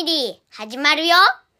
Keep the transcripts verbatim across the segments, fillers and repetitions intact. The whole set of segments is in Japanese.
ミリー始まるよ。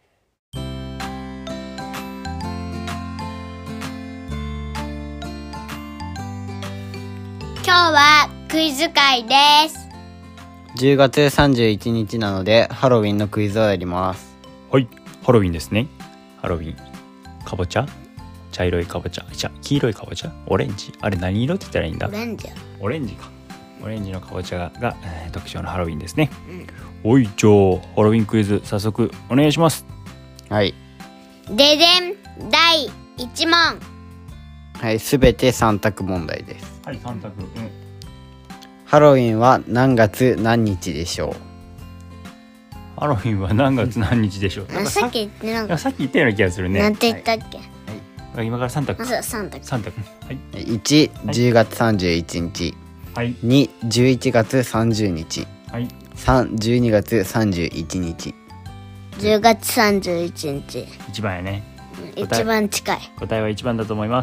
今日はクイズ会です。 じゅうがつさんじゅういちにちなのでハロウィンのクイズをやります。 はい、ハロウィンですね。ハロウィン、かぼちゃ、茶色いかぼちゃ、じゃ黄色いかぼちゃ、オレンジ、あれ何色って言ったらいいんだ。 オレンジ。 オレンジか。オレンジのかぼちゃが、えー、特徴のハロウィンですね。 うん、 おい、じゃあハロウィンクイズ早速お願いします。 はい。 ででん、だいいち問。 はい、すべてさん択問題です。 はい、さん択。うん。 ハロウィンは何月何日でしょハロウィンは何月何日でしょう。なんかさっき言ってなんかさっき言ったような気がするね。 なんて言ったっけ？ はい、今からさん択。 あ、そう、さん択。 さん択。はい。 う。いち、じゅうがつさんじゅういちにち。 はい。 に、じゅういちがつさんじゅうにち。 はい。 さん、じゅうにがつさんじゅういちにち。 じゅうがつさんじゅういちにち。 一番やね。 一番近い。 答えは一番だと思います。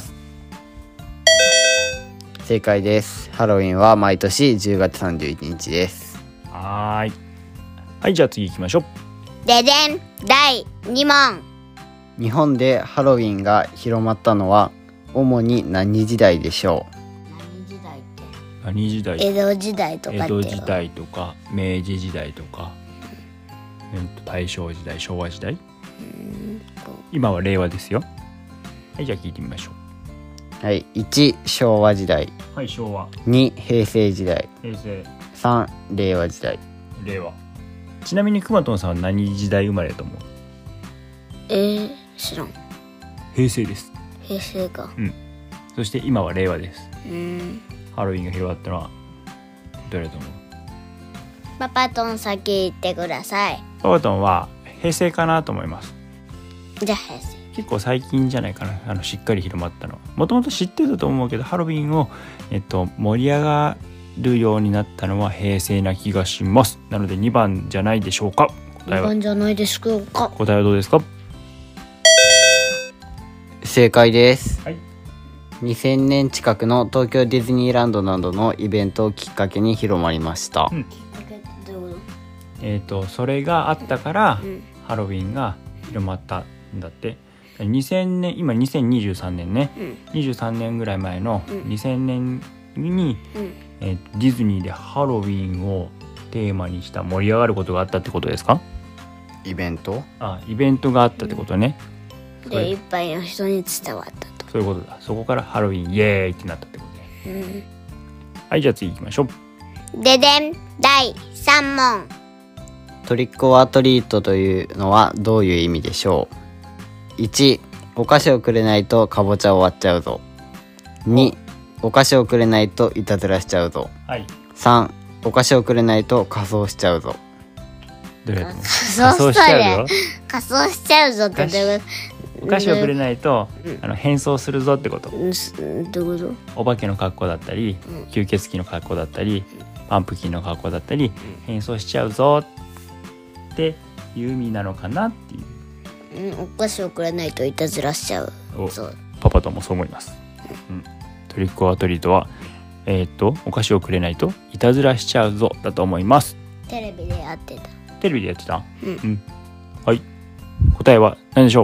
正解です。ハロウィンは毎年じゅうがつさんじゅういちにちです。 はーい。はい、じゃあ次行きましょう。 ででん、だいに問。 日本でハロウィンが広まったのは主に何時代でしょ何時代って何時代？ 江戸時代とかって江戸時代とか明治時代とか、うん、と大正時代、昭和時代、 うんこ今は令和ですよ。はい、じゃあ聞いてみましょう。 う。はい。いち、昭和時代。 はい、昭和、 に、平成時代。 平成、 さん、令和時代。 令和。ちなみにくまとんさんは何時代生まれだと思う？ えー、知らん。 平成です。 平成か。 そして今は令和です。 うんハロウィンが広がったのはどれだと思う？ パパトン先言ってください。 パパトンは平成かなと思います。 じゃあ平成。 結構最近じゃないかな、あのしっかり広まったの。もともと知ってたと思うけど、ハロウィンを、えっと、盛り上がるようになったのは平成な気がします。なのでにばんじゃないでしょうか。答えにはばんじゃないですか。 答えはどうですか？ 正解です。 はい。 にせんねん近くの東京ディズニーランドなどのイベントをきっかけに広まりました。 うんきっかけってどういうこえっとそれがあったからと？うんハロウィンが広まったんだって。にせんねん、今にせんにじゅうさんねんね、 うんにじゅうさんねんぐらい前のうんにせんねんに、 うんえーディズニーでハロウィンをテーマにした盛り上がることがあったってことですか？ イベント？ あ、イベントがあったってことね。それでいっぱいの人に伝わったと。 そういうことだ。そこからハロウィンイエーイってなったってことね。 うんはい、じゃあ次行きましょう。 ででん、だいさん問。 トリックオアトリートというのはどういう意味でしょう？いち、お菓子をくれないとかぼちゃを割っちゃうぞ。に、お菓子をくれないといたずらしちゃうぞ。 はい。 さん、お菓子をくれないと仮装しちゃうぞ。 どれだと思う？ 仮装したら仮装しちゃうぞってどういうこお菓子をくれないと、 うんあの変装するぞってこと。 と？うんすどういうこお化けの格好だったり、 うん吸血鬼の格好だったり、パンプキンの格好だったり、変装しちゃうぞっていう意味なのかなっていう。 と？うんお菓子をくれないといたずらしちゃう。 おそう。 パパともそう思います。うん、トリックオアトリートは、えー、っとお菓子をくれないといたずらしちゃうぞだと思います。 テレビでやってた。 テレビでやってた？ うんうんはい。答えは何でしょ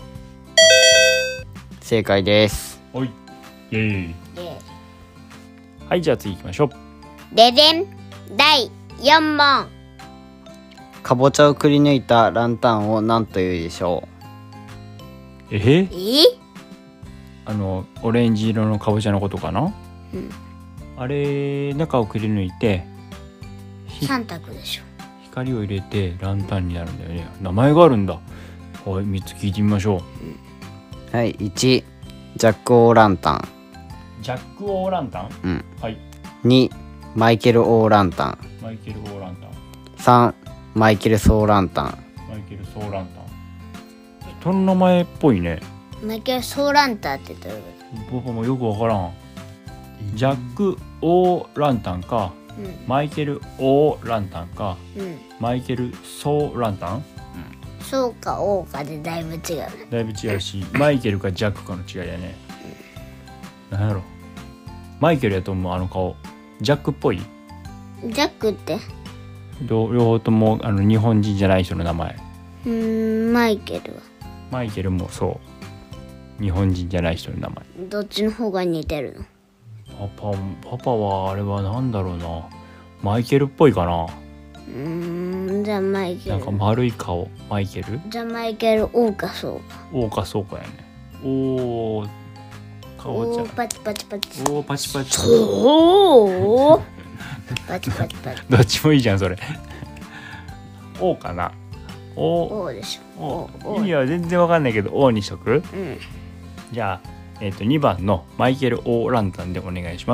正解です。 う？はい。イエーイ。 ではい、じゃあ次行きましょう。 ででん、だいよん問。 かぼちゃをくり抜いたランタンを何というでしょえー、 えあのオレンジ色のかぼちゃのことかな？ うんあれ中をくり抜いてひさん択でしょ。 光を入れてランタンになるんだよね。名前があるんだ。はい、みっつ聞いてみましょう？はい。いち、ジャック・オー・ランタン。 う。ジャック・オー・ランタン。 うん。 はい。 に、マイケル・オー・ランタン。 マイケル・オー・ランタン。 さん、マイケル・ソー・ランタン。 マイケル・ソー・ランタン。人の名前っぽいね。 マイケル・ソーランターってどういうこ僕もよくわからん。ジャック・オー・ランタンか、 と？ マイケル・オー・ランタンか、 うんうんマイケル・ソー・ランタン。 そうかおうかでだいぶ違うね。 だいぶ違うし、マイケルかジャックかの違いだね。なんやろ。マイケルやと思う、あの顔。ジャックっぽい。 ジャックって両両方ともあの日本人じゃない人の名前。 うーんマイケルはマイケルもそう日本人じゃない人の名前。 どっちの方が似てるの？ パパパパはあれはなんだろうな、マイケルっぽいかな。 うーんじゃあマイケルなんか丸い顔。マイケルじゃあマイケル王かそうか。 おかそうかやね。おー顔ちゃん。 おーパチパチパチ。 おーパチパチ。 おーパチパチパチ。 どっちもいいじゃんそれ。おかな。お王でしょ。 お王意味は全然わかんないけどおにしとく。 うん。 じゃあ、えー、とにばんのマイケル・オー・ランタンでお願いします。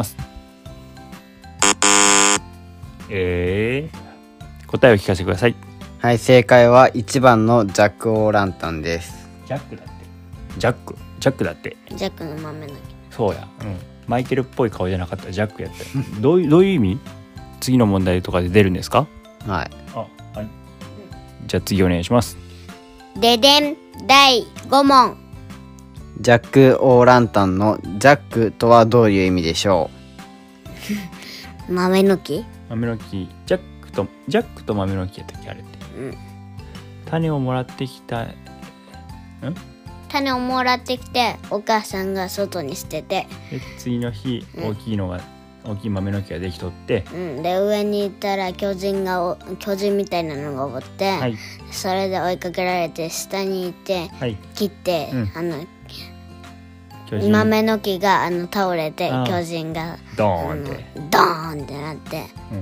えー、答えを聞かせてください。 はい、正解はいちばんのジャック・オー・ランタンです。 ジャックだって。ジャックジャックだって。 ジャックの豆の木。 そうや、うん、マイケルっぽい顔じゃなかった。ジャックやったよ。どういうどういう意味？次の問題とかで出るんですか？ はい。 あ、はい。じゃあ次お願いします。 ででんだいごもん。 ジャック・オー・ランタンのジャックとはどういう意味でしょ豆の木？ 豆の木。ジャックとジャックと豆の木やったっけあれって。 うん。 種をもらってきた。ん？ 種をもらってきてお母さんが外に捨てて、 で次の日大きいのが、うん、大きい豆の木ができとって、 うん、で上に行ったら巨人が巨人みたいなのがおって、 はい、 それで追いかけられて下に行って、はい、切って、うん、あの豆の木があの倒れて巨人がドーンってドーンってなって、うん、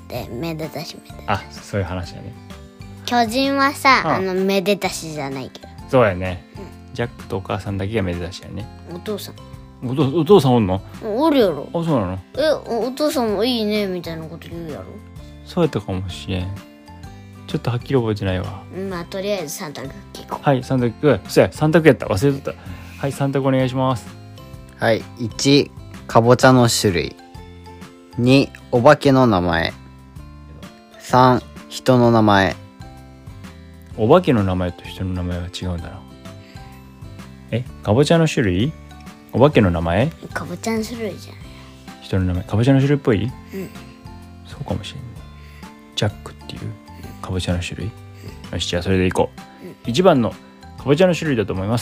でめでたしめでたし。 あ、そういう話だね。 巨人はさ、あのめでたしじゃないけど。 そうやね、うん、ジャックとお母さんだけがめでたしやね。 お父さんおとお父さんおんの？おるやろ。 あ、そうなの？ え、お父さんもいいねみたいなこと言うやろ。 そうやったかもしれん。ちょっとはっきり覚えてないわ。 まあとりあえずさん択聞こう。 はい、さん択。そうや、さん択やった。忘れとった。はい、さん択お願いします。 はい、いちかぼちゃの種類、にお化けの名前、さん人の名前。 お化けの名前と人の名前は違うんだな。え、かぼちゃの種類、お化けの名前、 かぼちゃの種類じゃない、 人の名前。かぼちゃの種類っぽい？ うん、 そうかもしれない。ジャックっていうかぼちゃの種類、うん、よし、じゃあそれでいこう、うん、いちばんのかぼちゃの種類だと思います。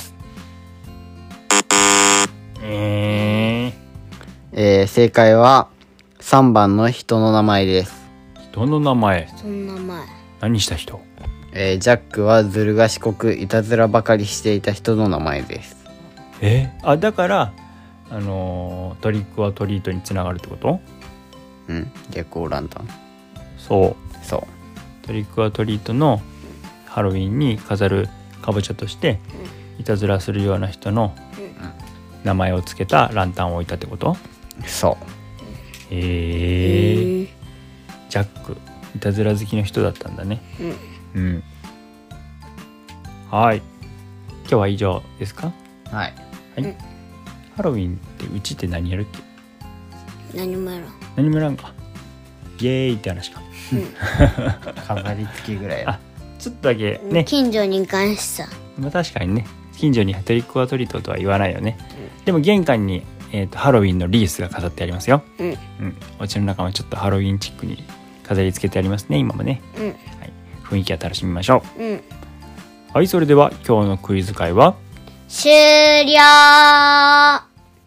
えー、 えー、正解はさんばんの人の名前です。 人の名前。 人の名前。 何した人？ えー、ジャックはずる賢くいたずらばかりしていた人の名前です。 えー、あ、だからあのー、トリックはトリートにつながるってこと？ うん、ジャック・オー・ランタン。 そうそうトリックはトリートのハロウィンに飾るかぼちゃとしていたずらするような人の名前をつけたランタンを置いたってこと？ そう。 えー、ジャックいたずら好きの人だったんだね。うん、うん、はい、今日は以上ですか？ はい、 はい、うん、ハロウィンってうちって何やるっけ？ 何もやらん。 何もやらんか。イエーイって話か、 うん、 飾り付きぐらい。 あ、ちょっとだけね、 近所に行かんしさ。 まあ確かにね、近所にトリックはトリートとは言わないよね、うん、でも玄関に、えーと、ハロウィンのリースが飾ってありますよ、うんうん、お家の中もちょっとハロウィンチックに飾り付けてありますね、今もね、うん、はい、雰囲気は楽しみましょう、うん、はい、それでは今日のクイズ会は終了。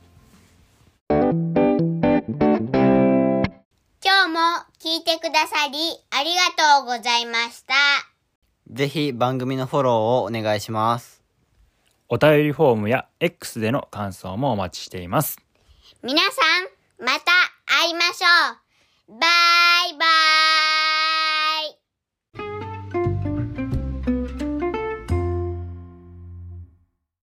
今日も聞いてくださりありがとうございました。 ぜひ番組のフォローをお願いします。 お便りフォームや X での感想もお待ちしています。 皆さん、また会いましょう。バイ